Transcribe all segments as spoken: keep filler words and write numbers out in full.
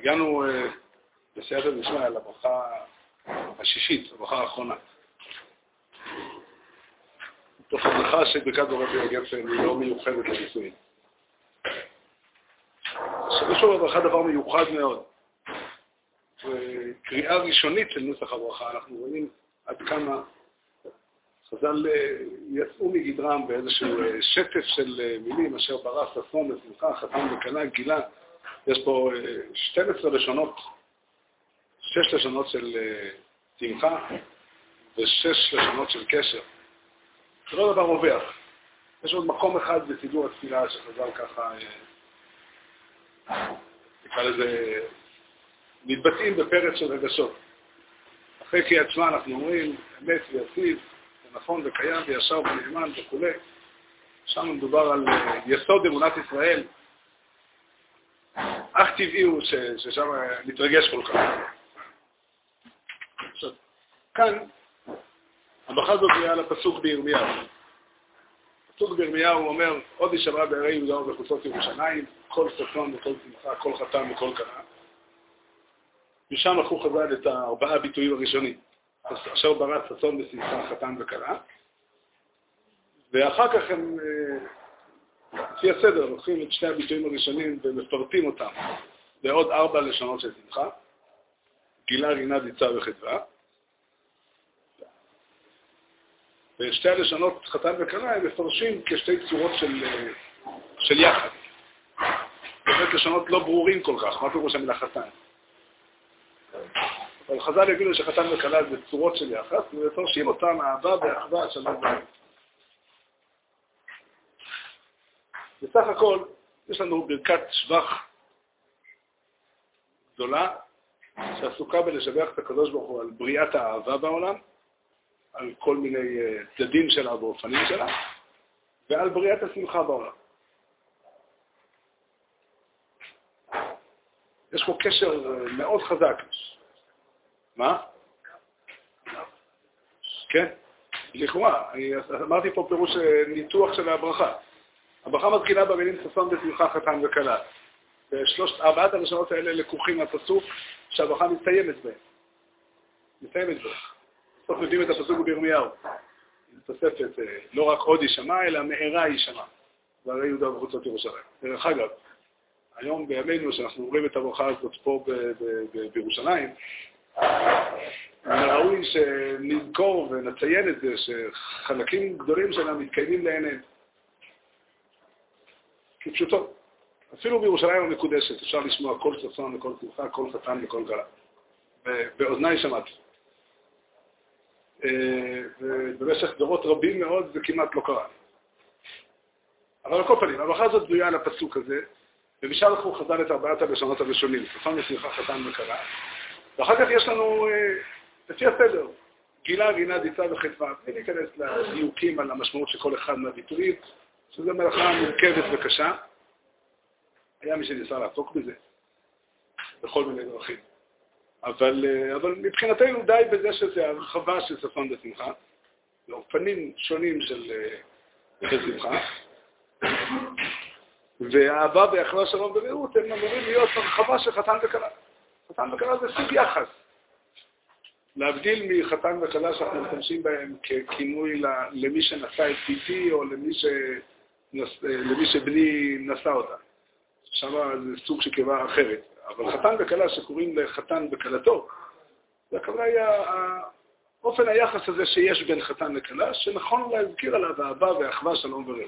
הגענו בסייעתא דשמיא לברכה השישית, הברכה האחרונה. תוך הברכה של ברכת רבי הגפן היא לא מיוחדת לנישואין. יש לו בברכה דבר מיוחד מאוד. קריאה ראשונית של נוסח הברכה, אנחנו רואים עד כמה חז"ל יצאו מגדרם באיזשהו שטף של מילים, אשר ברא ששון ושמחה, חתן וכלה, גילה. יש פה שתים עשרה לשונות, שש לשונות של שמחה ושש לשונות של קשר. זה לא דבר רווח. יש עוד מקום אחד בסידור התפילה שחז"ל ככה, נקרא לזה, מתבטאים בפרץ של רגשות. אחרי קריאת שמע אנחנו אומרים, אמת ויציב, נכון וקיים וישר ונאמן וכו'. שם מדובר על יסוד אמונת ישראל. אך טבעי הוא ששם מתרגש כל כך. עכשיו, כאן, הברכה הזאת נראה לפסוק בירמיהו. הפסוק בירמיהו אומר, עוד יישמע בערי יהודה ובחוצות ירושלים, כל ששון וכל שמחה, כל חתן וכל כלה. משם לקחו חז"ל את הארבעה ביטויים הראשונים. אשר ברא ששון ושמחה, חתן וכלה. ואחר כך הם, לפי הסדר, לוקחים את שני הביטויים הראשונים ומפרטים אותם לעוד ארבע לשונות של שמחה. גילה, רינה, דיצה וחדווה. ושתי הלשונות חתן וכלה הם מפרשים כשתי צורות של, של יחד. באמת לשונות לא ברורים כל כך, מה פירוש המילה חתן? אבל חז"ל יגידו שחתן וכלה זה צורות של יחד, ומפרשים אותם אהבה ואחווה שלום בהם. בסך הכל, יש לנו ברכת שבח גדולה, שעסוקה בלשבח את הקדוש ברוך הוא על בריאת האהבה בעולם, על כל מיני צדדים שלה ואופנים שלה, ועל בריאת השמחה בעולם. יש פה קשר מאוד חזק. מה? כן? לכאורה, אני אמרתי פה פירוש ניתוח של הברכה. הברכה מתחילה במילים ששון ושמחה, חתן וכלה. ושלושת, ארבעת הלשונות האלה לקוחים מהפסוק שהברכה מסתיימת בהם. מסתיימת בהם. בסוף יודעים את הפסוק בירמיהו. היא תוספת לא רק עוד יישמע, אלא מארה יישמע. בערי יהודה ובחוצות ירושלים. דרך אגב, היום בימינו שאנחנו רואים את הברכה הזאת פה בירושלים, ראוי שנזכור ונציין את זה שחלקים גדולים שלה מתקיימים לעיניהם. כפשוטו. אפילו בירושלים המקודשת אפשר לשמוע כל ששון וכל שמחה, כל חתן וכל כלה. באוזניי שמעתי. ובמשך דורות רבים מאוד זה כמעט לא קרה. אבל על כל פנים, הברכה הזאת בנויה על הפסוק הזה, ומשם לקחו חז"ל את ארבעת הלשונות הראשונים, ששון ושמחה, חתן וכלה. ואחר כך יש לנו, לפי הסדר, גילה, רינה, דיצה וחדווה. בלי להיכנס לדיוקים על המשמעות של כל אחד מהביטויים, שזו מלאכה מורכבת וקשה. היה מי שניסה לעסוק בזה, בכל מיני דרכים. אבל, אבל מבחינתנו די בזה שזה הרחבה של ששון ושמחה, לאופנים שונים של, של שמחה. והאהבה ואחווה שלום ורעות הם אמורים להיות הרחבה של חתן וכלה. חתן וכלה זה סוג יחס. להבדיל מחתן וכלה שאנחנו משתמשים בהם ככינוי למי שנשא את ביתי או למי, שנס, למי שבני נשא אותה. שם זה סוג של קרבה אחרת. אבל חתן וכלה שקוראים לחתן וכלתו, זה הכוונה היא האופן היחס הזה שיש בין חתן וכלה, שנכון להזכיר עליו אהבה ואחווה שלום ורעות.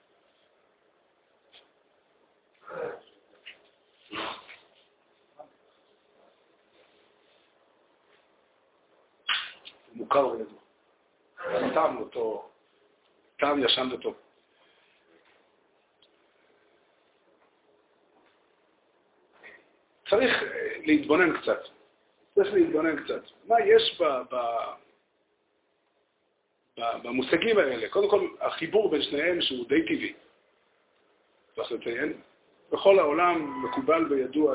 מוכר וידוע. טעם אותו, טעם ישן וטוב. צריך להתבונן קצת. צריך להתבונן קצת. מה יש ב, ב, ב, במושגים האלה? קודם כל, החיבור בין שניהם שהוא די טבעי. צריך לציין. בכל העולם מקובל וידוע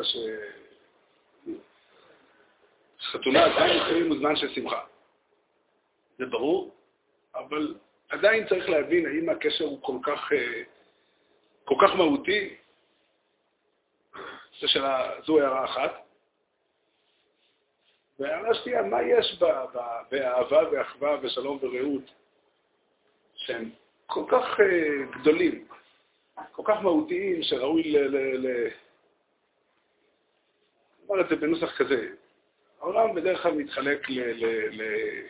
שחתונה עדיין מתחילים מוזמן של שמחה. זה ברור, אבל עדיין צריך להבין האם הקשר הוא כל כך, כל כך מהותי. זו הערה אחת. והערה שנייה, מה יש באהבה ואחווה ושלום ורעות, שהם כל כך גדולים, כל כך מהותיים, שראוי ל... ל, ל אומר את זה בנוסח כזה. העולם בדרך כלל מתחלק ל... ל, ל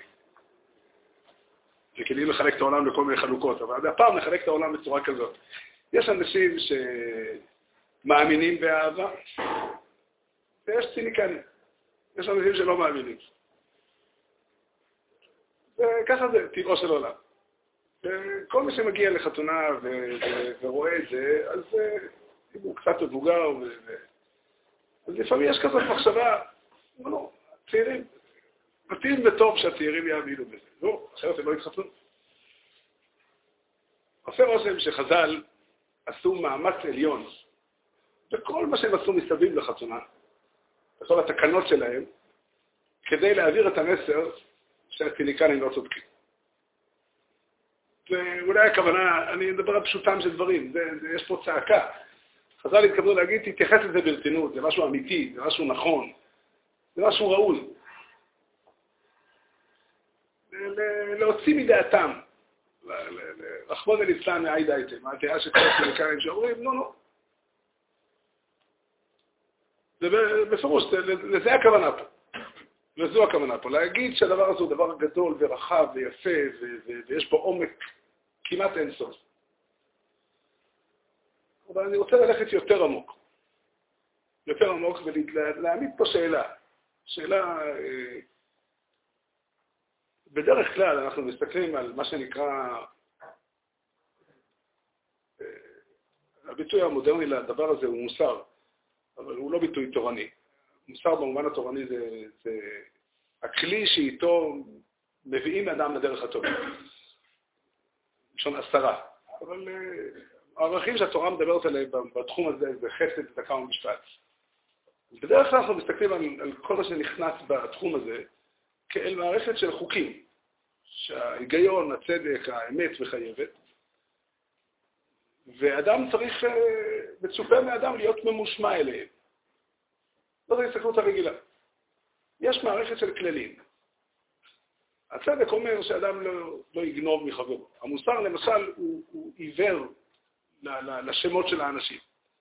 וכדי לחלק את העולם לכל מיני חלוקות, אבל הפעם נחלק את העולם בצורה כזאת. יש אנשים שמאמינים באהבה, ויש ציניקנים. יש אנשים שלא מאמינים. וככה זה טבעו של עולם. וכל מי שמגיע לחתונה ו- ו- ורואה את זה, אז אם הוא קצת מבוגר, ו- ו- אז לפעמים יש כזאת מחשבה, לא, לא, צעירים, מתאים וטוב שהצעירים יאמינו בזה. לא, אחרת הם לא יתחתנו. עושה רושם שחז"ל עשו מאמץ עליון, וכל מה שהם עשו מסביב לחתונה, בכל התקנות שלהם, כדי להעביר את המסר שהציניקנים לא צודקים. ואולי הכוונה, אני מדבר על פשוטם של דברים, זה, זה, יש פה צעקה. חז"ל התכוונו להגיד, תתייחס לזה ברצינות, זה משהו אמיתי, זה משהו נכון, זה משהו ראוי. להוציא מדעתם, רחמון אל-אסלאם מעיד הייתם, הדעה של כל הציניקנים שאומרים, לא, לא. זה בפירוש, לזה הכוונה פה. וזו הכוונה פה, להגיד שהדבר הזה הוא דבר גדול ורחב ויפה ויש בו עומק כמעט אינסוף. אבל אני רוצה ללכת יותר עמוק. יותר עמוק ולהעמיד פה שאלה. שאלה, בדרך כלל אנחנו מסתכלים על מה שנקרא, הביטוי המודרני לדבר הזה הוא מוסר, אבל הוא לא ביטוי תורני. מוסר במובן התורני זה, זה הכלי שאיתו מביאים אדם לדרך הטובה. ראשון עשרה. אבל הערכים שהתורה מדברת עליהם בתחום הזה זה חסד, צדקה ומשפט. בדרך כלל אנחנו מסתכלים על, על כל מה שנכנס בתחום הזה כאל מערכת של חוקים, שההיגיון, הצדק, האמת מחייבת, ואדם צריך, מצופה מאדם להיות ממושמע אליהם. לא זה הסתכלות הרגילה. יש מערכת של כללים. הצדק אומר שאדם לא, לא יגנוב מחברו. המוסר למשל הוא, הוא עיוור לשמות של האנשים.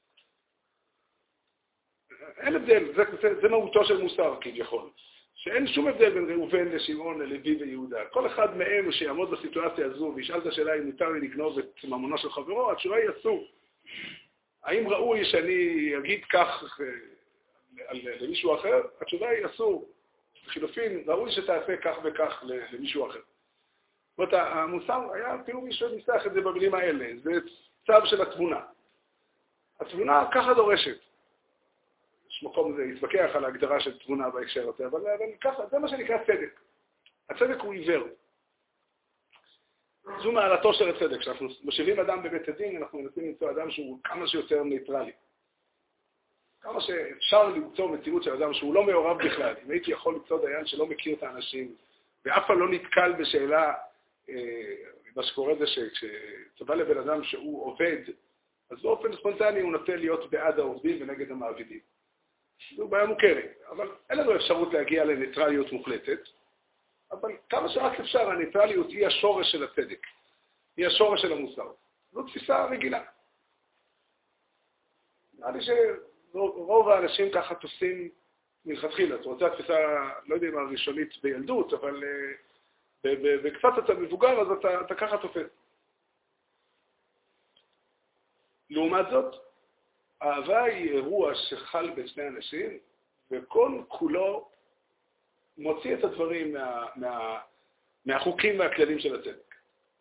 אין הבדל, זה, זה, זה מהותו של מוסר כביכול. שאין שום הבדל בין ראובן לשמעון, ללוי ויהודה. כל אחד מהם שיעמוד בסיטואציה הזו וישאל את השאלה אם מותר לי לגנוב את ממונו של חברו, התשובה היא אסור. האם ראוי שאני אגיד כך למישהו אחר? התשובה היא אסור. בחילופין, ראוי שתעשה כך וכך למישהו אחר. זאת אומרת, המוסר היה, כאילו מישהו ניסח את זה במילים האלה, זה צו של התבונה. התבונה ככה דורשת. יש מקום זה להתווכח על ההגדרה של תבונה בהקשר הזה, אבל, אבל ככה, זה מה שנקרא צדק. הצדק הוא עיוור. זו מעלתו של הצדק. כשאנחנו משיבים אדם בבית הדין, אנחנו מנסים למצוא אדם שהוא כמה שיותר ניטרלי. כמה שאפשר למצוא מציאות של אדם שהוא לא מעורב בכלל. אם הייתי יכול למצוא דיין שלא מכיר את האנשים, ואף פעם לא נתקל בשאלה, אה, מה שקורה זה שכשצבא לבן אדם שהוא עובד, אז באופן ספונטני הוא נוטה להיות בעד העובדים ונגד המעבידים. זו בעיה מוכרת, אבל אין לנו אפשרות להגיע לניטרליות מוחלטת, אבל כמה שרק אפשר, הניטרליות היא השורש של הצדק, היא השורש של המוסר. זו תפיסה רגילה. נראה לי שרוב האנשים ככה תופסים מלכתחילה. זאת אומרת, זו התפיסה, לא יודע אם הראשונית בילדות, אבל בקצת אתה מבוגר, אז אתה, אתה ככה תופס. לעומת זאת, האהבה היא אירוע שחל בין שני אנשים, וכל כולו מוציא את הדברים מה, מה, מהחוקים והכללים של הצדק.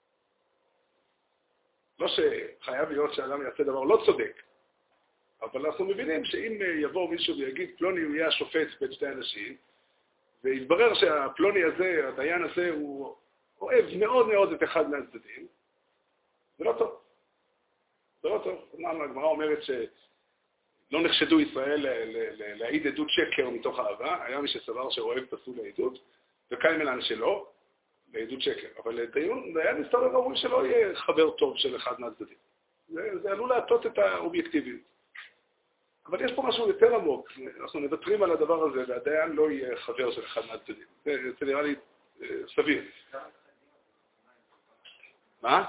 לא שחייב להיות שאדם יעשה דבר לא צודק, אבל אנחנו מבינים שאם יבוא מישהו ויגיד פלוני הוא יהיה השופט בין שני אנשים, ויתברר שהפלוני הזה, הדיין הזה, הוא אוהב מאוד מאוד את אחד מהצדדים, זה לא טוב. זה לא טוב. אמנם הגמרא אומרת שלא נחשדו ישראל להעיד עדות שקר מתוך אהבה, היה מי שסבר שאוהב פסול לעדות, וקיים אלן שלא, לעדות שקר. אבל דיון, היה מסתבר ראוי שלא יהיה חבר טוב של אחד מהצדדים. זה, זה עלול להטות את האובייקטיביות. אבל יש פה משהו יותר עמוק, אנחנו נוותרים על הדבר הזה, והדיין לא יהיה חבר של אחד מהצדדים. זה, זה נראה לי אה, סביר. מה?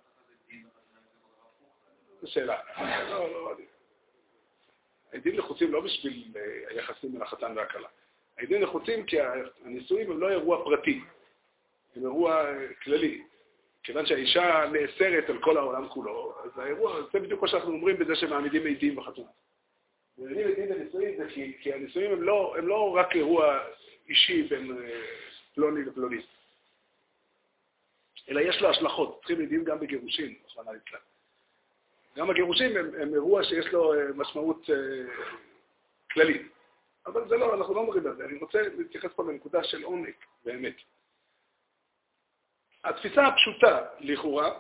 זו שאלה. לא, לא, העדים נחוצים לא בשביל היחסים בין החתן והכלה. העדים נחוצים כי הנישואים הם לא אירוע פרטי, הם אירוע כללי. כיוון שהאישה נאסרת על כל העולם כולו, אז האירוע, זה בדיוק מה שאנחנו אומרים בזה שמעמידים עדים בחתונה. מעמידים עדים בנישואים זה כי, כי הנישואים הם לא, הם לא רק אירוע אישי בין פלוני לפלוני, אלא יש לו השלכות. צריכים עדים גם בגירושים, רחמנא ליצלן. גם הגירושים הם, הם אירוע שיש לו משמעות אה, כללית. אבל זה לא, אנחנו לא אומרים על זה. אני רוצה להתייחס פה לנקודה של עומק, באמת. התפיסה הפשוטה, לכאורה,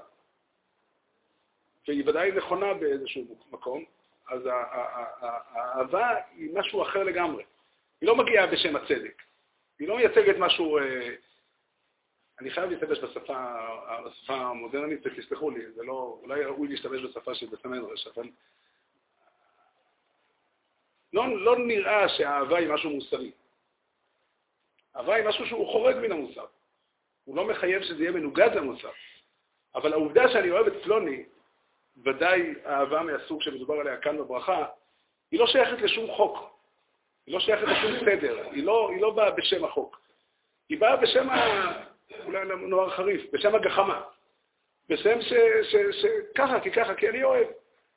והיא ודאי נכונה באיזשהו מקום, אז האהבה היא משהו אחר לגמרי. היא לא מגיעה בשם הצדק. היא לא מייצגת משהו... אה, אני חייב להשתמש בשפה, בשפה המודרנית, ותסלחו לי, זה לא, אולי ראוי להשתמש בשפה של בית המדרש, אבל לא, לא נראה שהאהבה היא משהו מוסרי. אהבה היא משהו שהוא חורג מן המוסר. הוא לא מחייב שזה יהיה מנוגד למוסר. אבל העובדה שאני אוהב את פלוני, ודאי האהבה מהסוג שמדובר עליה כאן בברכה, היא לא שייכת לשום חוק. היא לא שייכת לשום סדר. היא לא, היא לא באה בשם החוק. היא באה בשם ה... אולי נוער חריף, בשם הגחמה, בשם ש, ש, ש, ככה, כי ככה, כי אני אוהב.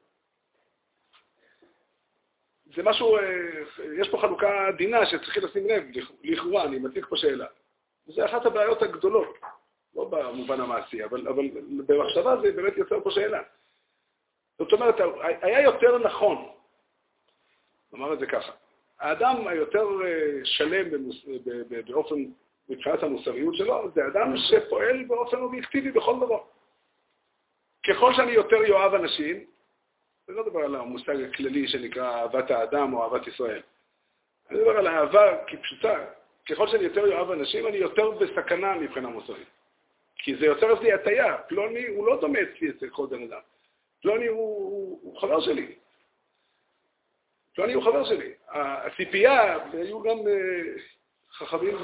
זה משהו, יש פה חלוקה עדינה שצריכים לשים לב, לכאורה, אני מציג פה שאלה. זה אחת הבעיות הגדולות, לא במובן המעשי, אבל, אבל במחשבה זה באמת יוצר פה שאלה. זאת אומרת, היה יותר נכון, נאמר את זה ככה, האדם היותר שלם במוס, באופן, מבחינת המוסריות שלו, זה אדם שפועל באופן אובייקטיבי בכל דבר. ככל שאני יותר יאהב אנשים, זה לא דבר על המושג הכללי שנקרא אהבת האדם או אהבת ישראל. אני מדבר על אהבה כפשוטה. ככל שאני יותר יאהב אנשים, אני יותר בסכנה מבחינה מוסרית. כי זה יוצר אצלי הטיה. פלוני הוא לא דומה אצלי אצל כל בן אדם. פלוני הוא, הוא, הוא חבר שלי. פלוני הוא חבר שלי. הציפייה, והיו גם חכמים,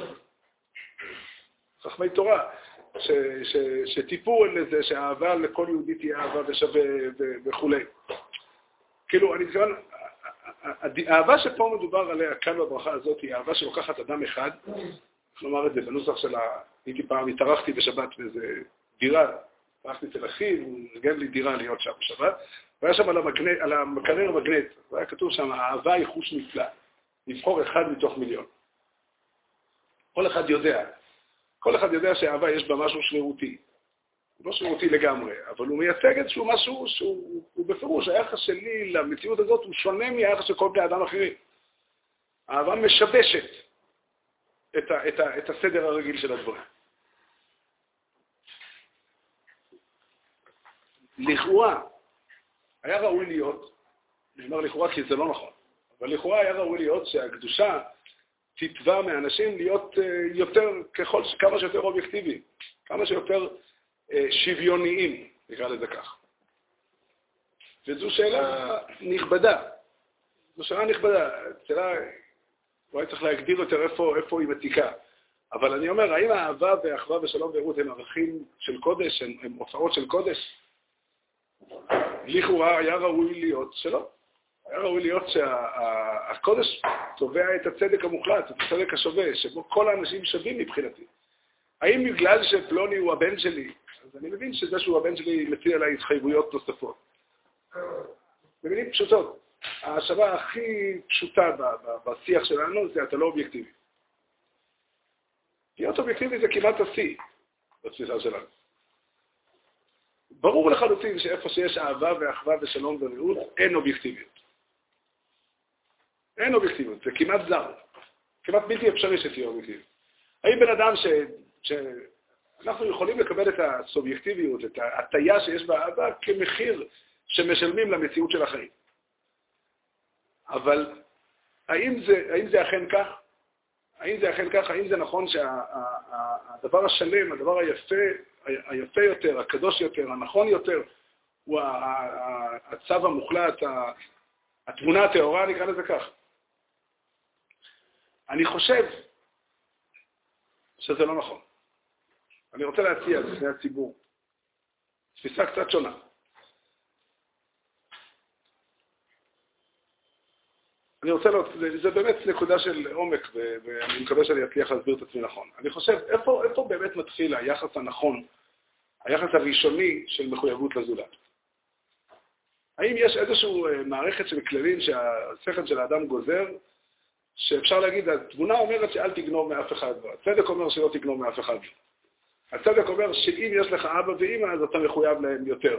חכמי תורה, ש, ש, שטיפו לזה שהאהבה לכל יהודי תהיה אהבה ושווה וכו'. כאילו, אני מתכוון, האהבה שפה מדובר עליה כאן בברכה הזאת היא אהבה שלוקחת אדם אחד, כלומר את זה בנוסח של ה... הייתי פעם, התארחתי בשבת באיזה דירה, התארחתי אצל אחי, הוא נגן לי דירה להיות שם בשבת, והיה שם על, המגנט, על המקרר מגנט, והיה כתוב שם, האהבה היא חוש נפלא, לבחור אחד מתוך מיליון. כל אחד יודע, כל אחד יודע שהאהבה יש בה משהו שרירותי. הוא לא שרירותי לגמרי, אבל הוא מייצג איזשהו משהו שהוא הוא בפירוש, היחס שלי למציאות הזאת הוא שונה מהיחס של כל בני אדם אחרים. האהבה משבשת את, ה, את, ה, את הסדר הרגיל של הדברים. לכאורה, היה ראוי להיות, אני אומר לכאורה כי זה לא נכון, אבל לכאורה היה ראוי להיות שהקדושה תתבע מאנשים להיות יותר, ככל, כמה שיותר אובייקטיביים, כמה שיותר שוויוניים, נקרא לזה כך. וזו שאלה נכבדה. זו שאלה נכבדה. שאלה, אולי צריך להגדיר יותר איפה, איפה היא מתיקה. אבל אני אומר, האם האהבה והאחווה ושלום ועירות הם ערכים של קודש, הם, הם הופעות של קודש? לכאורה היה ראוי להיות שלא. היה ראוי להיות שהקודש תובע את הצדק המוחלט, את הצדק השווה, שבו כל האנשים שווים מבחינתי. האם בגלל שפלוני הוא הבן שלי, אז אני מבין שזה שהוא הבן שלי מציע עליי התחייבויות נוספות. במילים פשוטות, ההשבה הכי פשוטה בשיח שלנו זה אתה לא אובייקטיבי. להיות אובייקטיבי זה כמעט השיא בתפיסה שלנו. ברור לחלוטין שאיפה שיש אהבה ואחווה ושלום ורעות, אין אובייקטיביות. אין אובייקטיביות, זה כמעט זר. כמעט בלתי אפשרי שתהיה אובייקטיביות. האם בן אדם ש... ש... אנחנו יכולים לקבל את הסובייקטיביות, את ההטיה שיש באהבה, כמחיר שמשלמים למציאות של החיים. אבל האם זה, האם זה אכן כך? האם זה אכן כך? האם זה נכון שהדבר השלם, הדבר היפה, היפה יותר, הקדוש יותר, הנכון יותר, הוא הצו המוחלט, התבונה הטהורה, נקרא לזה כך. אני חושב שזה לא נכון. אני רוצה להציע לפני הציבור תפיסה קצת שונה. אני רוצה לראות, זה באמת נקודה של עומק, ואני מקווה שאני אצליח להסביר את עצמי נכון. אני חושב, איפה, איפה באמת מתחיל היחס הנכון, היחס הראשוני של מחויבות לזולת? האם יש איזושהי מערכת של כללים שהשכל של האדם גוזר, שאפשר להגיד, התבונה אומרת שאל תגנוב מאף אחד, הצדק אומר שלא תגנוב מאף אחד. הצדק אומר שאם יש לך אבא ואמא, אז אתה מחויב להם יותר.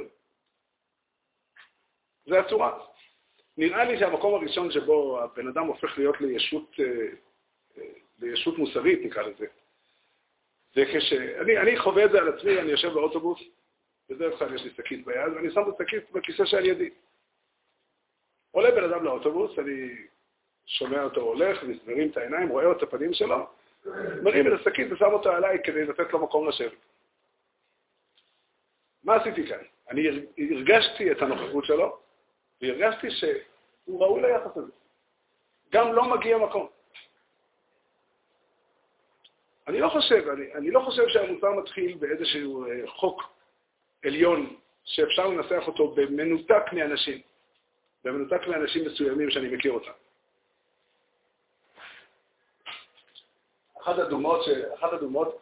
זה הצורה. נראה לי שהמקום הראשון שבו הבן אדם הופך להיות לישות, לישות מוסרית, נקרא לזה. זה כש... אני, אני חווה את זה על עצמי, אני יושב באוטובוס, בדרך כלל יש לי שקית ביד, ואני שם את השקית בכיסא שעל ידי. עולה בן אדם לאוטובוס, אני שומע אותו הולך, מסברים את העיניים, רואה את הפנים שלו, מרים את השקית ושם אותו עליי כדי לתת לו מקום לשבת. מה עשיתי כאן? אני הרגשתי את הנוכחות שלו, והרגשתי שהוא ראוי ליחס הזה. גם לא מגיע מקום. אני לא חושב, אני, אני לא חושב שהמוסר מתחיל באיזשהו חוק עליון שאפשר לנסח אותו במנותק מאנשים, במנותק מאנשים מסוימים שאני מכיר אותם. אחת הדוגמאות, ש... אחת הדוגמאות,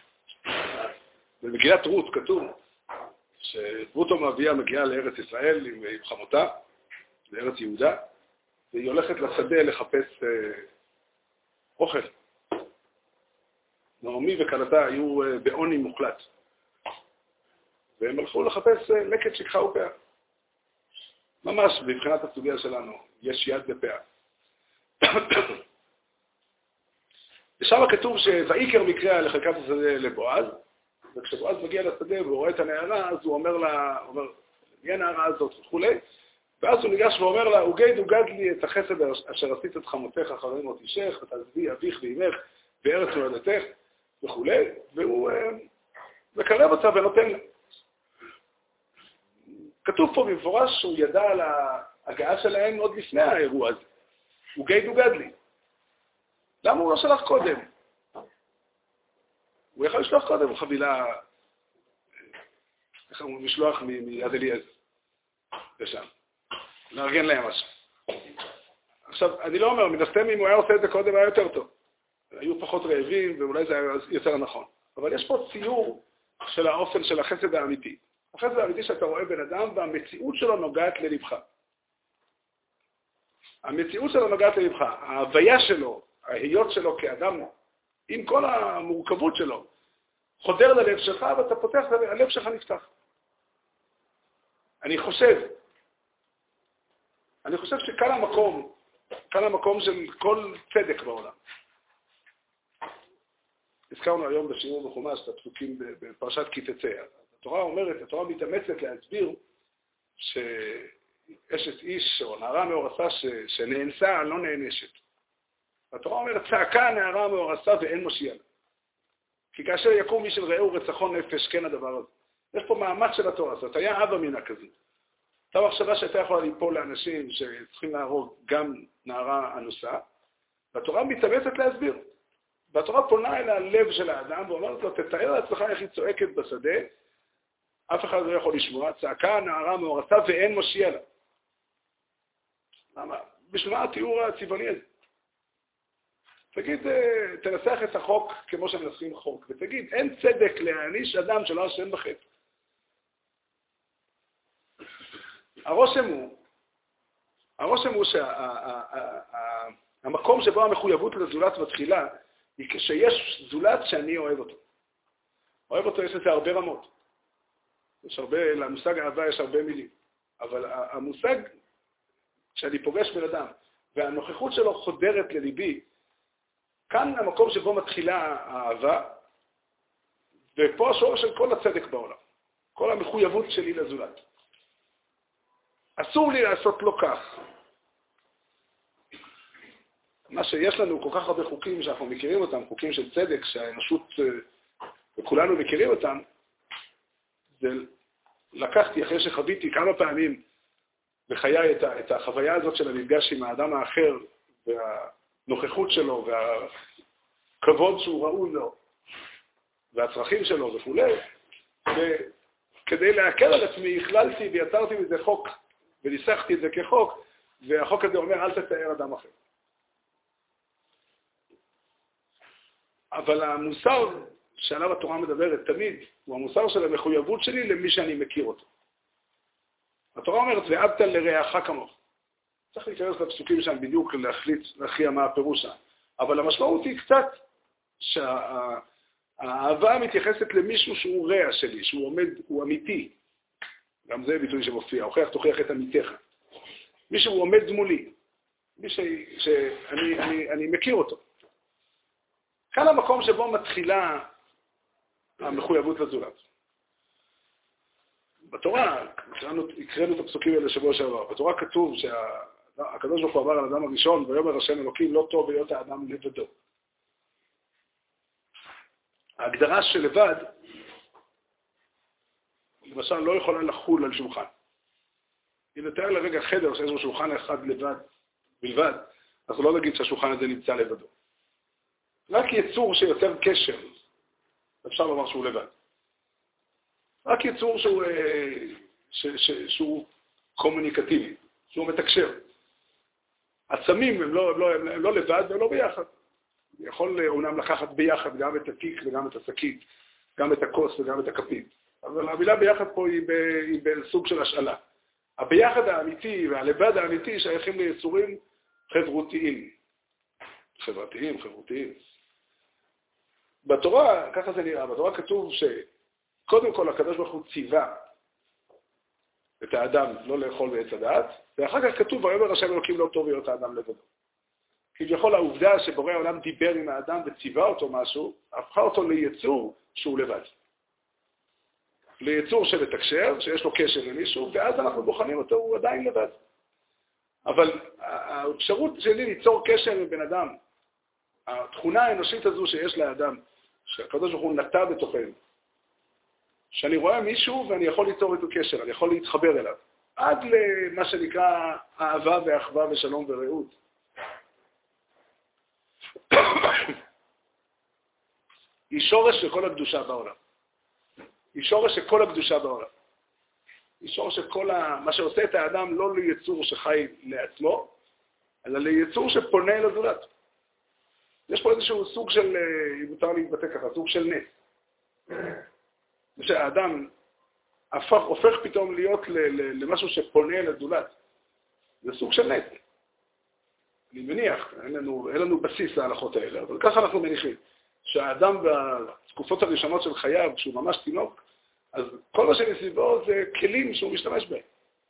במגילת רות כתוב שרות המואביה מגיעה לארץ ישראל עם, עם חמותה, לארץ יהודה, והיא הולכת לשדה לחפש אה, אוכל. נעמי וכלתה היו אה, בעוני מוחלט. והם הלכו לחפש אה, לקט שכחה ופאה. ממש, בבחינת הסוגיה שלנו, יש יד בפאה. ושם כתוב שויקר מקרא לחלקת השדה לבועז, וכשבועז מגיע לשדה והוא רואה את הנערה, אז הוא אומר לה, אומר, מי הנערה הזאת וכו', ואז הוא ניגש ואומר לה, הוגד הוגד לי את החסד אשר עשית את חמותך אחרי מות אישך, ותעזבי אביך ואימך בארץ מולדתך וכו', והוא אה, מקרב אותה ונותן לה. כתוב פה במפורש שהוא ידע על ההגעה שלהם עוד לפני האירוע הזה. הוגד הוגד לי. למה הוא לא שלח קודם? הוא יכול לשלוח קודם חבילה, איך הוא משלוח מיד אליעזר, לשם. לארגן להם משהו. עכשיו, אני לא אומר, מן הסתם אם הוא היה עושה את זה קודם היה יותר טוב. היו פחות רעבים ואולי זה היה יותר נכון. אבל יש פה ציור של האופן של החסד האמיתי. החסד האמיתי שאתה רואה בן אדם והמציאות שלו נוגעת ללבך. המציאות שלו נוגעת ללבך. ההוויה שלו, ההיות שלו כאדם, עם כל המורכבות שלו, חודר ללב שלך ואתה פותח, הלב שלך נפתח. אני חושב, אני חושב שכאן המקום, כאן המקום של כל צדק בעולם. הזכרנו היום בשיעור בחומש את הפסוקים בפרשת כי תצא. התורה אומרת, התורה מתאמצת להסביר שאשת איש או נערה מאורסה ש, שנאנסה לא נאנשת. התורה אומרת, צעקה נערה מאורסה ואין מושיע לה. כי כאשר יקום מי של רעהו רצחון נפש, כן הדבר הזה. יש פה מאמץ של התורה, זאת היה אבא מינה כזה. אותה מחשבה שהייתה יכולה ליפול לאנשים שצריכים להרוג גם נערה אנוסה, והתורה מתאמצת להסביר. והתורה פונה אל הלב של האדם ואומרת לו, תתאר לעצמך איך היא צועקת בשדה, אף אחד לא יכול לשמוע, צעקה נערה מאורסה ואין מושיע לה. למה? בשביל מה התיאור הצבעוני הזה? תגיד, תנסח את החוק כמו שמנסחים חוק, ותגיד, אין צדק להעניש אדם שלא אשם בחטא. הרושם הוא, הרושם הוא שהמקום שבו המחויבות לזולת מתחילה, היא כשיש זולת שאני אוהב אותו. אוהב אותו יש לזה הרבה רמות. יש הרבה, למושג אהבה יש הרבה מילים. אבל המושג שאני פוגש בן אדם, והנוכחות שלו חודרת לליבי, כאן המקום שבו מתחילה האהבה, ופה השורש של כל הצדק בעולם. כל המחויבות שלי לזולת. אסור לי לעשות לו כך. מה שיש לנו כל כך הרבה חוקים שאנחנו מכירים אותם, חוקים של צדק, שהאנושות וכולנו מכירים אותם, זה לקחתי אחרי שחוויתי כמה פעמים בחיי את, את החוויה הזאת של המפגש עם האדם האחר, והנוכחות שלו, והכבוד שהוא ראוי לו, והצרכים שלו וכו'. וכדי להקל על עצמי, הכללתי ויצרתי מזה חוק, וניסחתי את זה כחוק, והחוק הזה אומר, אל תתאר אדם אחר. אבל המוסר שעליו התורה מדברת תמיד, הוא המוסר של המחויבות שלי למי שאני מכיר אותו. התורה אומרת, ואהבת לרעך כמוך. צריך להיכנס לפסוקים שם בדיוק להחליט, להכריע מה הפירוש שם. אבל המשמעות היא קצת שהאהבה מתייחסת למישהו שהוא רע שלי, שהוא עומד, הוא אמיתי. גם זה ביטוי שמופיע, הוכיח תוכיח את אמיתך. מישהו עומד מולי, מישהו שאני אני, אני מכיר אותו. כאן המקום שבו מתחילה המחויבות לזולת. בתורה, הקראנו את הפסוקים האלה שבוע שעבר, בתורה כתוב שהקדוש ברוך הוא אמר על האדם הראשון, ויאמר השם אלוקים לא טוב להיות האדם לבדו. ההגדרה של לבד, למשל, לא יכולה לחול על שולחן. אם נתאר לרגע חדר שיש לו שולחן אחד לבד, בלבד, אז לא נגיד שהשולחן הזה נמצא לבדו. רק יצור שיוצר קשר, אפשר לומר שהוא לבד. רק יצור שהוא, ש, ש, שהוא קומוניקטיבי, שהוא מתקשר. עצמים הם לא, לא, הם לא לבד ולא ביחד. יכול אומנם לקחת ביחד גם את התיק וגם את השקית, גם את הכוס וגם את הכפית. אבל המילה ביחד פה היא, ב, היא בסוג של השאלה. הביחד האמיתי והלבד האמיתי שייכים ליצורים חברותיים. חברתיים, חברותיים. בתורה, ככה זה נראה, בתורה כתוב שקודם כל הקדוש ברוך הוא ציווה את האדם לא לאכול בעץ הדעת, ואחר כך כתוב, ויאמר השם אלוקים לא טוב להיות האדם לבדו. כביכול העובדה שבורא העולם דיבר עם האדם וציווה אותו משהו, הפכה אותו ליצור שהוא לבד. ליצור שמתקשר, שיש לו קשר למישהו, ואז אנחנו בוחנים אותו, הוא עדיין לבד. אבל האפשרות שלי ליצור קשר עם בן אדם, התכונה האנושית הזו שיש לאדם, שהקדוש ברוך הוא נטע בתוכנו, שאני רואה מישהו ואני יכול ליצור איתו קשר, אני יכול להתחבר אליו, עד למה שנקרא אהבה ואחווה ושלום ורעות. היא שורש של כל הקדושה בעולם. היא שורש של כל הקדושה בעולם. היא שורש של כל ה... מה שעושה את האדם לא ליצור שחי לעצמו, אלא ליצור שפונה אל הזולת. יש פה איזשהו סוג של, אם מותר להתבטא ככה, סוג של נס. שהאדם הפך, הופך פתאום להיות ל, ל, למשהו שפונה אל הזולת. זה סוג של נס. אני מניח, אין לנו, אין לנו בסיס להלכות האלה, אבל ככה אנחנו מניחים. שהאדם בתקופות הראשונות של חייו, כשהוא ממש תינוק, אז כל מה שמסביבו זה כלים שהוא משתמש בהם.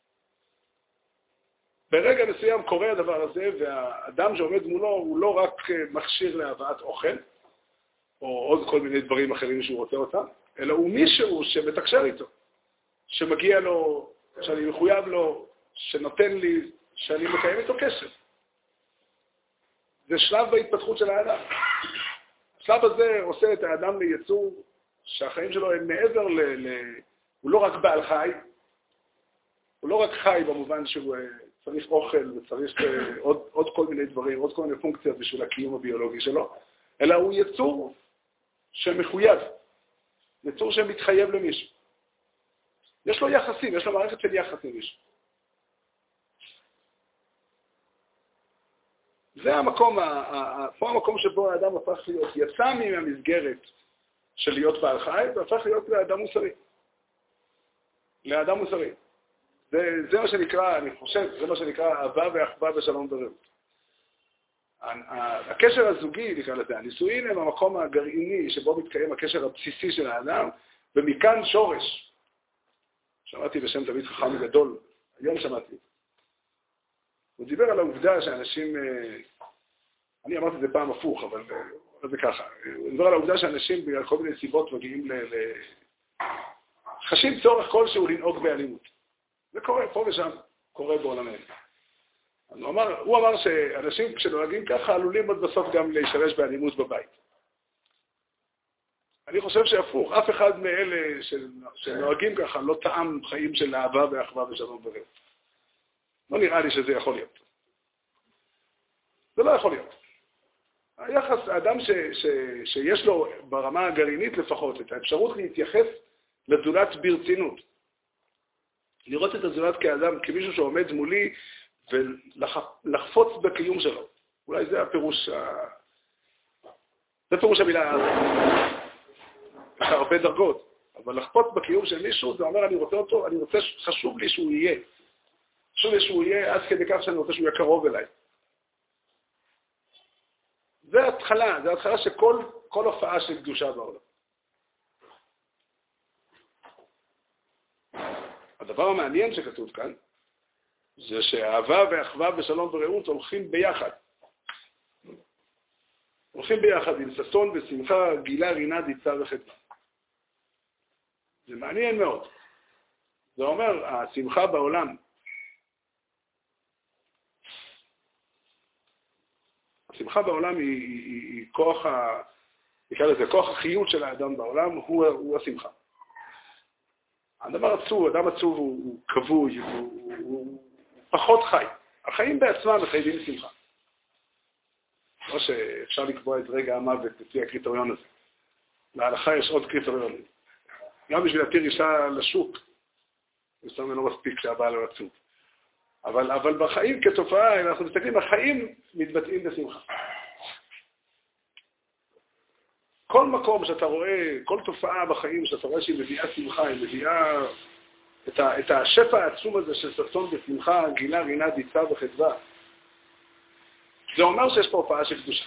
ברגע מסוים קורה הדבר הזה, והאדם שעומד מולו הוא לא רק מכשיר להבאת אוכל, או עוד כל מיני דברים אחרים שהוא רוצה אותם, אלא הוא מישהו שמתקשר איתו, שמגיע לו, שאני מחויב לו, שנותן לי, שאני מקיים איתו קשר. זה שלב בהתפתחות של האדם. השלב הזה עושה את האדם ליצור שהחיים שלו הם מעבר ל... ל... הוא לא רק בעל חי, הוא לא רק חי במובן שהוא צריך אוכל וצריך עוד, עוד כל מיני דברים, עוד כל מיני פונקציות בשביל הקיום הביולוגי שלו, אלא הוא יצור שמחויב, יצור שמתחייב למישהו. יש לו יחסים, יש לו מערכת של יחס למישהו. זה המקום, פה המקום שבו האדם הפך להיות, יצא מהמסגרת של להיות בעל חי, והפך להיות לאדם מוסרי. לאדם מוסרי. זה, זה מה שנקרא, אני חושב, זה מה שנקרא אהבה ואחווה ושלום ורעות. הקשר הזוגי, נקרא לזה, הנישואין הם המקום הגרעיני שבו מתקיים הקשר הבסיסי של האדם, ומכאן שורש. שמעתי בשם תמיד חכם גדול, היום שמעתי. הוא דיבר על העובדה שאנשים, אני אמרתי את זה פעם הפוך, אבל זה ככה. הוא דיבר על העובדה שאנשים בגלל כל מיני סיבות מגיעים ל... חשים צורך כלשהו לנהוג באלימות. זה קורה פה ושם, קורה בעולמנו. הוא אמר, הוא אמר שאנשים כשנוהגים ככה עלולים עוד בסוף גם להשתמש באלימות בבית. אני חושב שהפוך, אף אחד מאלה שנוהגים ככה לא טעם חיים של אהבה ואחווה ושלום ורעות. לא נראה לי שזה יכול להיות. זה לא יכול להיות. היחס, האדם ש, ש, שיש לו ברמה הגרעינית לפחות את האפשרות להתייחס לזולת ברצינות. לראות את הזולת כאדם, כמישהו שעומד מולי ולחפוץ בקיום שלו. אולי זה הפירוש, זה פירוש המילה, יש הרבה דרגות, אבל לחפוץ בקיום של מישהו, זה אומר אני רוצה אותו, אני רוצה, חשוב לי שהוא יהיה. חשוב לי שהוא יהיה עד כדי כך שאני רוצה שהוא יהיה קרוב אליי. זה התחלה, זה התחלה שכל כל הופעה של קדושה בעולם. הדבר המעניין שכתוב כאן, זה שהאהבה ואחווה ושלום ורעות הולכים ביחד. הולכים ביחד עם ששון ושמחה, גילה, רינה, דיצה וחדווה. זה מעניין מאוד. זה אומר, השמחה בעולם, השמחה בעולם היא, היא, היא, היא כוח, ה, נקרא לזה, כוח החיות של האדם בעולם, הוא, הוא השמחה. הדבר עצוב, האדם עצוב הוא, הוא כבוי, הוא, הוא, הוא פחות חי. החיים בעצמם מחייבים שמחה. לא שאפשר לקבוע את רגע המוות לפי הקריטריון הזה. להלכה יש עוד קריטריונים. גם בשביל להתיר אישה לשוק, בסדר לא מספיק שהבעל לא עצוב. אבל, אבל בחיים כתופעה, אנחנו מסתכלים, החיים מתבטאים בשמחה. כל מקום שאתה רואה, כל תופעה בחיים שאתה רואה שהיא מביאה שמחה, היא מביאה את, ה, את השפע העצום הזה של ששון בשמחה, גילה, רינה, דיצה וחדווה. זה אומר שיש פה הופעה של קדושה.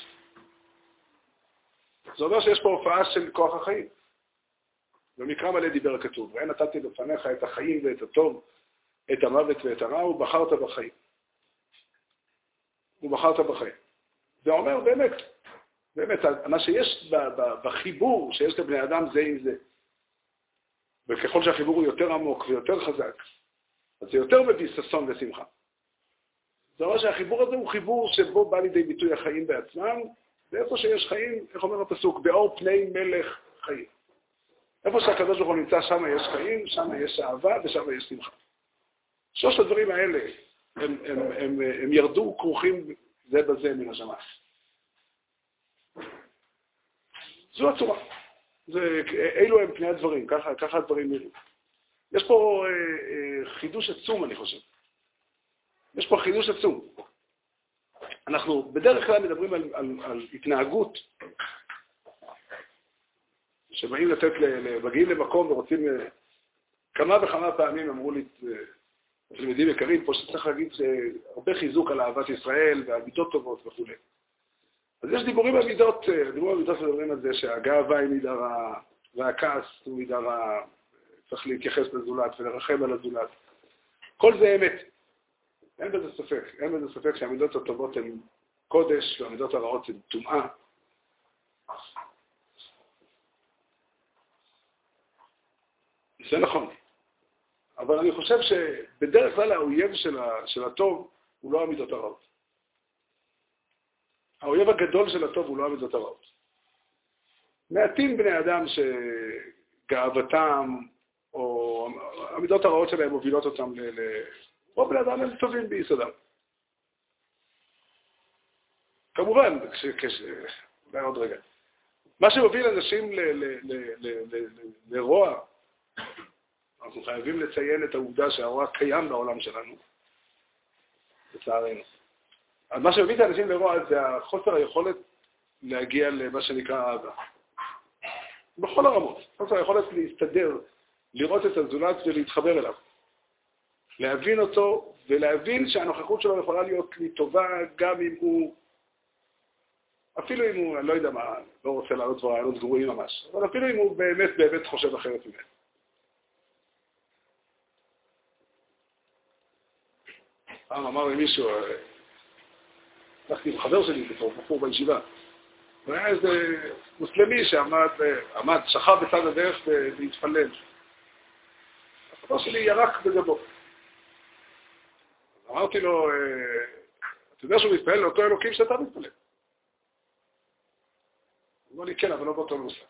זה אומר שיש פה הופעה של כוח החיים. במקרא מלא דיבר הכתוב, ואין נתתי לפניך את החיים ואת הטוב, את המוות ואת הרע, ובחרת בחיים. ובחרת בחיים. זה אומר באמת, באמת, מה שיש בחיבור שיש לבני אדם זה עם זה. וככל שהחיבור הוא יותר עמוק ויותר חזק, אז זה יותר מביא ששון ושמחה. זה אומר שהחיבור הזה הוא חיבור שבו בא לידי ביטוי החיים בעצמם, ואיפה שיש חיים, איך אומר הפסוק, באור פני מלך חיים. איפה שהקדוש ברוך הוא נמצא, שם יש חיים, שם יש אהבה ושם יש שמחה. שלושת הדברים האלה, הם, הם, הם, הם ירדו כרוכים זה בזה מן השמיים. זו הצורה. זה, אילו הם פני הדברים, ככה, ככה הדברים נראים. יש פה אה, אה, חידוש עצום, אני חושב. יש פה חידוש עצום. אנחנו בדרך כלל מדברים על, על, על התנהגות, שבאים לתת, מגיעים למקום ורוצים, כמה וכמה פעמים אמרו לי, תלמידים יקרים, פה שצריך להגיד הרבה חיזוק על אהבת ישראל והמידות טובות וכו'. אז יש דיבורים על מידות, דיבורים על מידות מדברים על זה שהגאווה היא מידה רעה, והכעס הוא מידה רעה, צריך להתייחס לזולת ולרחם על הזולת. כל זה אמת. אין בזה ספק. אין בזה ספק שהמידות הטובות הן קודש והמידות הרעות הן טומאה. זה נכון. אבל אני חושב שבדרך כלל האויב של, ה, של הטוב הוא לא המידות הרעות. האויב הגדול של הטוב הוא לא המידות הרעות. מעטים בני אדם שגאוותם או המידות הרעות שלהם מובילות אותם ל... ל... או בני אדם הם טובים ביסודם. כמובן, כש... כש... אולי עוד רגע. מה שמוביל אנשים ל... ל... ל... ל... ל... ל... לרוע, אנחנו חייבים לציין את העובדה שהרוע קיים בעולם שלנו, לצערנו. אז מה שמביא את האנשים לרוע זה החוסר היכולת להגיע למה שנקרא אהבה. בכל הרמות. חוסר היכולת להסתדר, לראות את הזולת ולהתחבר אליו. להבין אותו ולהבין שהנוכחות שלו יכולה להיות לי טובה גם אם הוא, אפילו אם הוא, אני לא יודע מה, לא רוצה לעלות כבר רעיונות גרועים ממש, אבל אפילו אם הוא באמת באמת חושב אחרת ממנו. פעם אמר לי מישהו, הלכתי עם חבר שלי בתור בחור בישיבה, והיה איזה מוסלמי שעמד, עמד, שכב בצד הדרך והתפלל. החבר שלי ירק בגבו. אמרתי לו, אתה יודע שהוא מתפלל לאותו אלוקים שאתה מתפלל? הוא אמר לי, כן, אבל לא באותו נוסח.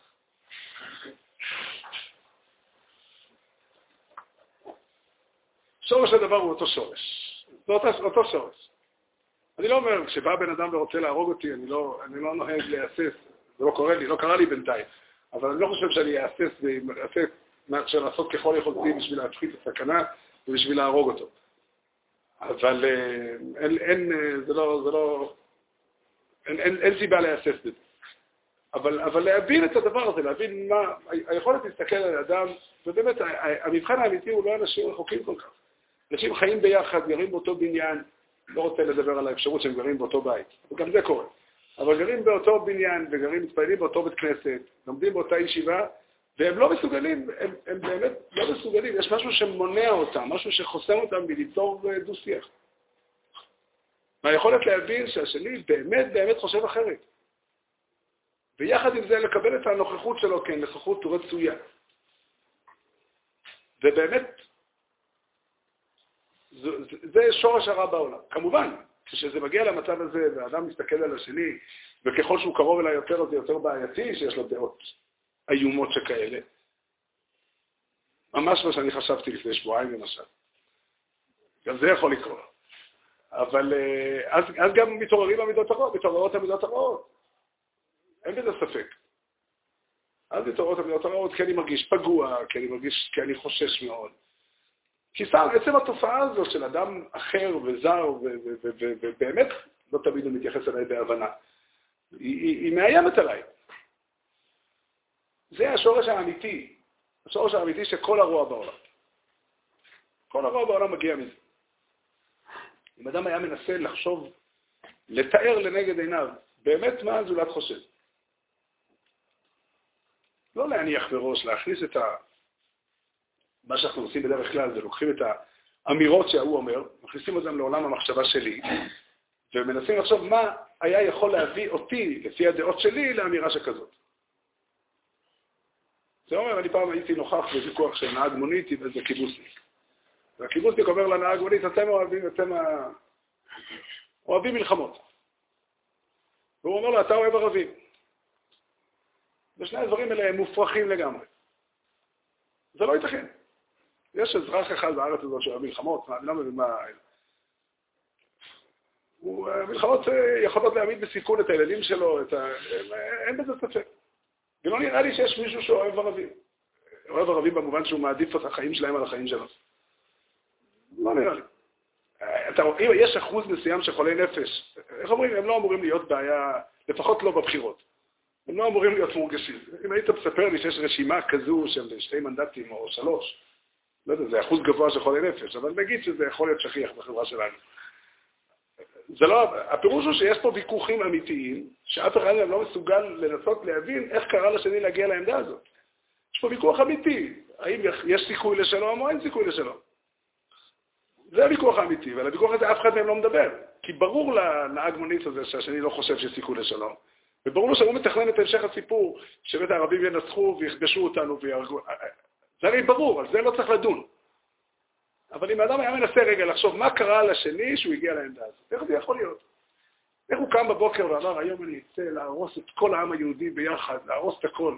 שורש הדבר הוא אותו שורש. זה אותו, אותו שורש. אני לא אומר, כשבא בן אדם ורוצה להרוג אותי, אני לא, אני לא נוהג להסס, זה לא קורה לי, לא קרה לי בינתיים, אבל אני לא חושב שאני אסס ואעשה מאשר לעשות ככל יכולתי בשביל להפחית את הסכנה ובשביל להרוג אותו. אבל אין, אין, זה לא, זה לא, אין, אין, אין סיבה להסס בזה. אבל, אבל להבין את הדבר הזה, להבין מה, היכולת להסתכל על האדם, ובאמת המבחן האמיתי הוא לא אנשים רחוקים כל כך. אנשים חיים ביחד, גרים באותו בניין, לא רוצה לדבר על האפשרות שהם גרים באותו בית, וגם זה קורה. אבל גרים באותו בניין וגרים מתפעלים באותו בית כנסת, לומדים באותה ישיבה, והם לא מסוגלים, הם, הם באמת לא מסוגלים, יש משהו שמונע אותם, משהו שחוסם אותם מליצור דו-שיח. והיכולת להבין שהשני באמת באמת חושב אחרת. ויחד עם זה לקבל את הנוכחות שלו כנוכחות רצויה. ובאמת, זה, זה שורש הרע בעולם. כמובן, כשזה מגיע למצב הזה, והאדם מסתכל על השני, וככל שהוא קרוב אליי יותר, זה יותר בעייתי, שיש לו דעות איומות שכאלה. ממש מה שאני חשבתי לפני שבועיים למשל. גם זה יכול לקרות. אבל אז, אז גם מתעוררים המידות הרעות, מתעוררות המידות הרעות. אין בזה ספק. אז מתעוררות המידות הרעות, כי אני מרגיש פגוע, כי אני מרגיש, כי אני חושש מאוד. כי סתם, עצם התופעה הזאת של אדם אחר וזר, ובאמת לא תמיד הוא מתייחס אליי בהבנה, היא, היא, היא מאיימת עליי. זה השורש האמיתי, השורש האמיתי שכל הרוע בעולם. כל הרוע בעולם מגיע מזה. אם אדם היה מנסה לחשוב, לתאר לנגד עיניו, באמת מה הזולת חושב. לא להניח בראש, להכניס את ה... מה שאנחנו עושים בדרך כלל, זה לוקחים את האמירות שהוא אומר, מכניסים אותם לעולם המחשבה שלי, ומנסים לחשוב מה היה יכול להביא אותי, לפי הדעות שלי, לאמירה שכזאת. זה אומר, אני פעם הייתי נוכח בוויכוח של נהג מונית עם איזה קיבוצניק. והקיבוצניק אומר לנהג מונית, אתם אוהבים, אתם אוהבים מלחמות. והוא אומר לו, אתה אוהב ערבים. ושני הדברים האלה הם מופרכים לגמרי. זה לא ייתכן. יש אזרח אחד בארץ הזאת שאוהב מלחמות, אני לא מבין מה... מלחמות יכולות להעמיד בסיכון את הילדים שלו, את ה... אין בזה ספק. ולא נראה לי שיש מישהו שאוהב ערבים. אוהב ערבים במובן שהוא מעדיף את החיים שלהם על החיים שלו. לא נראה לי. אתה, אם יש אחוז מסוים של חולי נפש, איך אומרים? הם לא אמורים להיות בעיה, לפחות לא בבחירות. הם לא אמורים להיות מורגשים. אם היית מספר לי שיש רשימה כזו של שתי מנדטים או שלוש, לא יודע, זה אחוז גבוה של חולי נפש, אבל נגיד שזה יכול להיות שכיח בחברה שלנו. זה לא, הפירוש הוא שיש פה ויכוחים אמיתיים, שאף אחד מהם לא מסוגל לנסות להבין איך קרה לשני להגיע לעמדה הזאת. יש פה ויכוח אמיתי, האם יש סיכוי לשלום או אין סיכוי לשלום. זה הוויכוח האמיתי, ועל הוויכוח הזה אף אחד מהם לא מדבר, כי ברור לנהג מונית הזה שהשני לא חושב שיש סיכוי לשלום. וברור לו שהוא מתכנן את המשך הסיפור, שבית הערבים ינצחו ויכבשו אותנו וירגו. זה הרי ברור, על זה לא צריך לדון. אבל אם האדם היה מנסה רגע לחשוב מה קרה לשני שהוא הגיע לעמדה הזאת, איך זה יכול להיות? איך הוא קם בבוקר ואמר, היום אני אצא להרוס את כל העם היהודי ביחד, להרוס את הכל.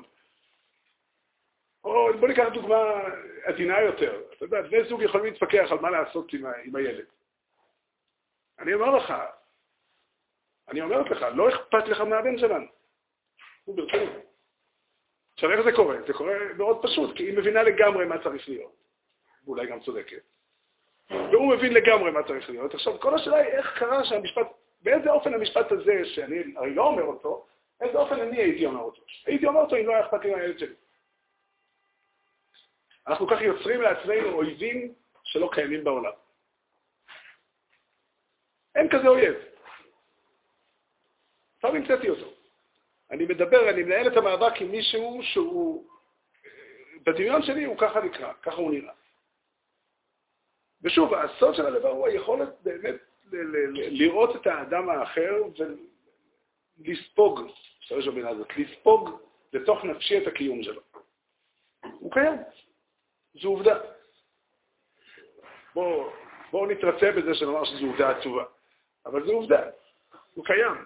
או בוא ניקח דוגמה עדינה יותר. אתה יודע, בני זוג יכולים להתפקח על מה לעשות עם, ה- עם הילד. אני אומר לך, אני אומרת לך, לא אכפת לך מהבן שלנו. הוא ברצינות. עכשיו איך זה קורה? זה קורה מאוד פשוט, כי היא מבינה לגמרי מה צריך להיות. ואולי גם צודקת. והוא מבין לגמרי מה צריך להיות. עכשיו, כל השאלה היא איך קרה שהמשפט, באיזה אופן המשפט הזה, שאני הרי לא אומר אותו, איזה אופן אני הייתי אומר אותו. הייתי אומר אותו אם לא היה אכפת לי מהילד שלי. אנחנו כך יוצרים לעצמנו אויבים שלא קיימים בעולם. אין כזה אויב. עכשיו המצאתי אותו. אני מדבר, אני מנהל את המאבק עם מישהו שהוא, בדמיון שלי הוא ככה נקרא, ככה הוא נראה. ושוב, הסוד של הדבר הוא היכולת באמת לראות את האדם האחר ולספוג, שתרש במילה הזאת, לספוג לתוך נפשי את הקיום שלו. הוא קיים. זו עובדה. בואו בוא נתרצה בזה שנאמר שזו עובדה עצובה. אבל זו עובדה. הוא קיים.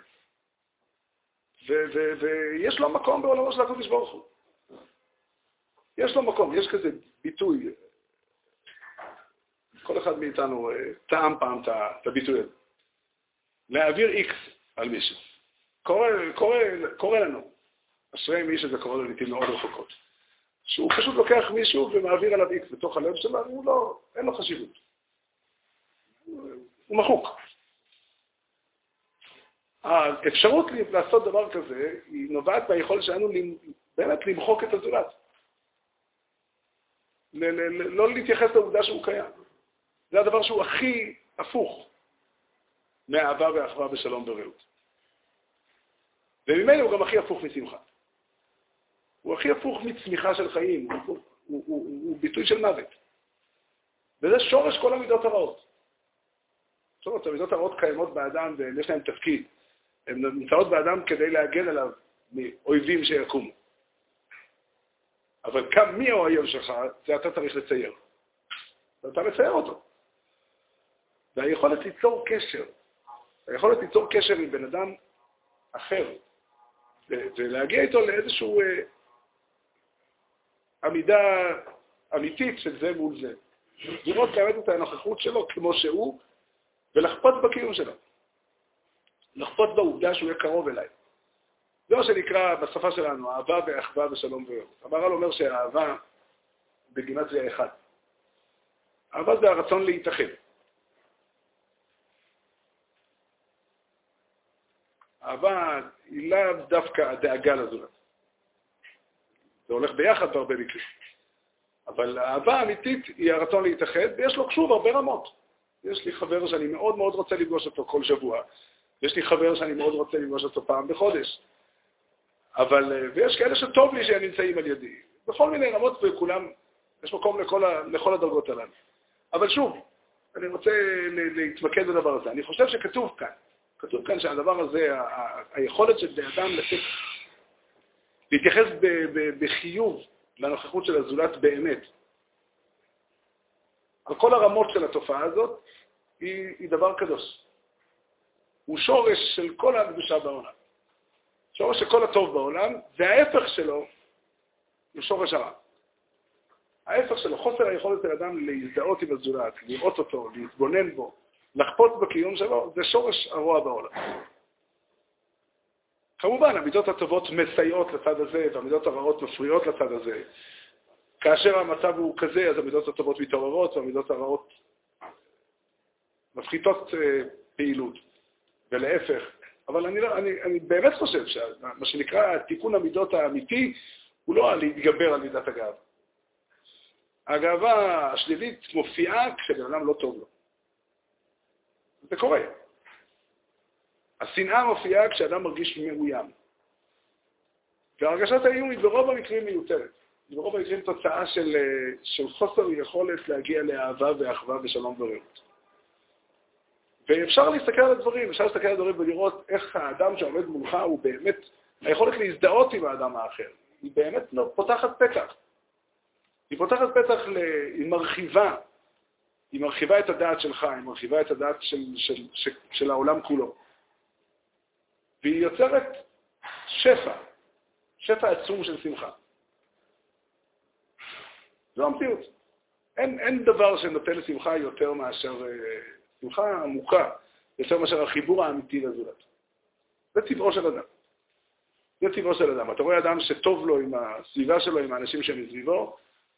ויש לו מקום בעולמו של הקדוש ברוך הוא. יש לו מקום, יש כזה ביטוי. כל אחד מאיתנו טעם פעם את הביטוי הזה. להעביר איקס על מישהו. קורה, קורה, קורה לנו. אשרי מי שזה קורה לעתים מאוד רחוקות. שהוא פשוט לוקח מישהו ומעביר עליו איקס בתוך הלב שלו, הוא לא, אין לו חשיבות. הוא מחוק. האפשרות לעשות דבר כזה היא נובעת מהיכולת שלנו באמת למחוק את הזולת. לא להתייחס לעובדה שהוא קיים. זה הדבר שהוא הכי הפוך מאהבה ואחווה בשלום ורעות. וממילא הוא גם הכי הפוך משמחה. הוא הכי הפוך מצמיחה של חיים, הוא, הוא, הוא, הוא, הוא ביטוי של מוות. וזה שורש כל המידות הרעות. שורש, המידות הרעות קיימות באדם ויש להם תפקיד. הן נמצאות באדם כדי להגן עליו מאויבים שיקומו. אבל כאן מי האויב שלך, זה אתה צריך לצייר. ואתה מצייר אותו. והיכולת ליצור קשר, היכולת ליצור קשר עם בן אדם אחר, ולהגיע איתו לאיזשהו אה, עמידה אמיתית של זה מול זה. לראות באמת את הנוכחות שלו כמו שהוא, ולחפות בקיום שלו. לחפות בעובדה שהוא יהיה קרוב אליי. זה מה שנקרא בשפה שלנו, אהבה ואחווה ושלום ורעות. המהר"ל אומר שהאהבה בגימטריה אחד. אהבה זה הרצון להתאחד. אהבה היא לאו דווקא הדאגה לזולת. זה הולך ביחד בהרבה מקרים. אבל האהבה האמיתית היא הרצון להתאחד, ויש לו שוב הרבה רמות. יש לי חבר שאני מאוד מאוד רוצה לפגוש אותו כל שבוע. יש לי חבר שאני מאוד רוצה לפגוש אותו פעם בחודש. אבל, ויש כאלה שטוב לי שהם נמצאים על ידי. בכל מיני רמות וכולם, יש מקום לכל, ה, לכל הדרגות הללו. אבל שוב, אני רוצה להתמקד בדבר הזה. אני חושב שכתוב כאן, כתוב כאן שהדבר הזה, ה, ה, היכולת של באדם לתת, להתייחס ב, ב, בחיוב לנוכחות של הזולת באמת, על כל הרמות של התופעה הזאת, היא, היא דבר קדוש. הוא שורש של כל הקדושה בעולם. שורש של כל הטוב בעולם, וההפך שלו הוא שורש הרע. ההפך שלו, חוסר היכולת של אדם להזדהות עם הזולת, לראות אותו, להתבונן בו, לחפות בקיום שלו, זה שורש הרוע בעולם. כמובן, המידות הטובות מסייעות לצד הזה, והמידות הרעות מפריעות לצד הזה. כאשר המצב הוא כזה, אז המידות הטובות מתעוררות, והמידות הרעות מפחיתות פעילות, ולהפך. אבל אני, אני, אני באמת חושב שמה שנקרא תיקון המידות האמיתי, הוא לא להתגבר על מידת הגאווה. הגאווה השלילית מופיעה כשבן אדם לא טוב לו. זה קורה. השנאה מופיעה כשאדם מרגיש מאוים. והרגשת האיום היא ברוב המקרים מיותרת. היא ברוב המקרים תוצאה של, של חוסר יכולת להגיע לאהבה ואחווה ושלום ורעות. ואפשר להסתכל על הדברים, אפשר להסתכל על הדברים ולראות איך האדם שעומד מולך הוא באמת, היכולת להזדהות עם האדם האחר, היא באמת פותחת פתח. היא פותחת פתח, ל... היא מרחיבה, היא מרחיבה את הדעת שלך, היא מרחיבה את הדעת של, של, של, של העולם כולו. והיא יוצרת שפע, שפע עצום של שמחה. זו המציאות. אין, אין דבר שנותן לשמחה יותר מאשר... שמחה עמוקה, יותר מאשר החיבור האמיתי לזולת. זה טבעו של אדם. זה טבעו של אדם. אתה רואה אדם שטוב לו עם הסביבה שלו, עם האנשים שמסביבו,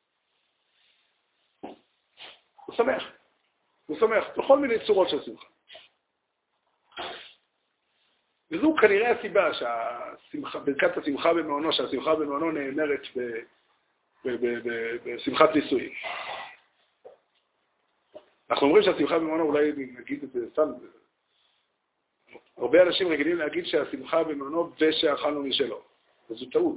הוא שמח. הוא שמח בכל מיני צורות של שמחה. וזו כנראה הסיבה שהשמחה, ברכת השמחה במעונו, שהשמחה במעונו נאמרת בשמחת נישואים. אנחנו אומרים שהשמחה במעונו, אולי נגיד את זה סתם, הרבה אנשים רגילים להגיד שהשמחה במעונו ושאכלנו משלו. וזו טעות.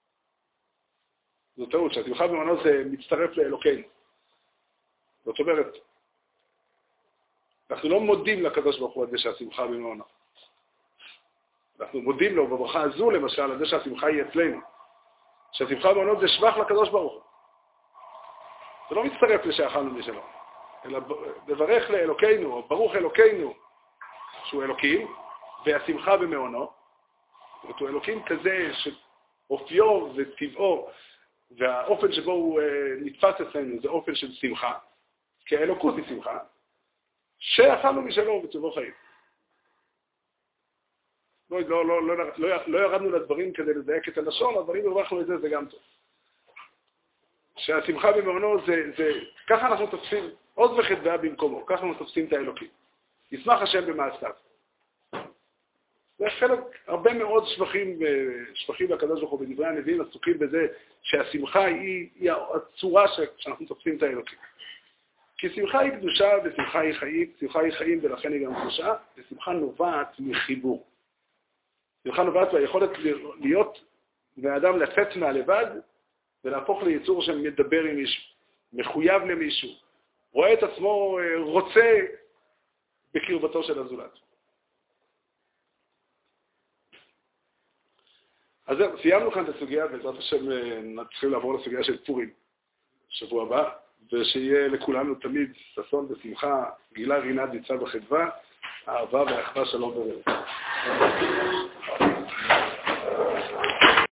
זו טעות, שהשמחה במעונו זה מצטרף לאלוקינו. זאת אומרת, אנחנו לא מודים לקדוש ברוך הוא על זה שהשמחה במעונו. אנחנו מודים לו בברכה הזו, למשל, על זה שהשמחה היא אצלנו. שהשמחה במעונו זה שבח לקדוש ברוך הוא. זה לא מצטרף לשאכלנו משלו. אלא לברך לאלוקינו, או ברוך אלוקינו, שהוא אלוקים, והשמחה במעונו. זאת אומרת, הוא אלוקים כזה שאופיו וטבעו, והאופן שבו הוא נתפס אצלנו זה אופן של שמחה. כי האלוקות היא שמחה, שאכלנו משלו בטובו חיים. לא, לא, לא, לא, לא, לא ירדנו לדברים כדי לדייק את הלשון, אבל אם הרווחנו את זה, זה גם טוב. שהשמחה במעונו זה, זה, ככה אנחנו תופסים, עוד וחטאה במקומו, ככה אנחנו תופסים את האלוקים. ישמח השם במעשיו. זה חלק, הרבה מאוד שבחים, שבחים לקדוש ברוך הוא בדברי הנביאים עסוקים בזה שהשמחה היא, היא הצורה שאנחנו תופסים את האלוקים. כי שמחה היא קדושה ושמחה היא חיים, שמחה היא חיים ולכן היא גם קדושה, ושמחה נובעת מחיבור. שמחה נובעת מהיכולת להיות באדם לצאת מהלבד ולהפוך ליצור שמדבר עם מישהו, מחויב למישהו, רואה את עצמו רוצה בקרבתו של הזולת. אז זהו, סיימנו כאן את הסוגיה, בעזרת השם נתחיל לעבור לסוגיה של פורים, שבוע הבא, ושיהיה לכולנו תמיד ששון ושמחה, גילה רינה דיצה בחדווה, אהבה ואחווה שלום ורעות.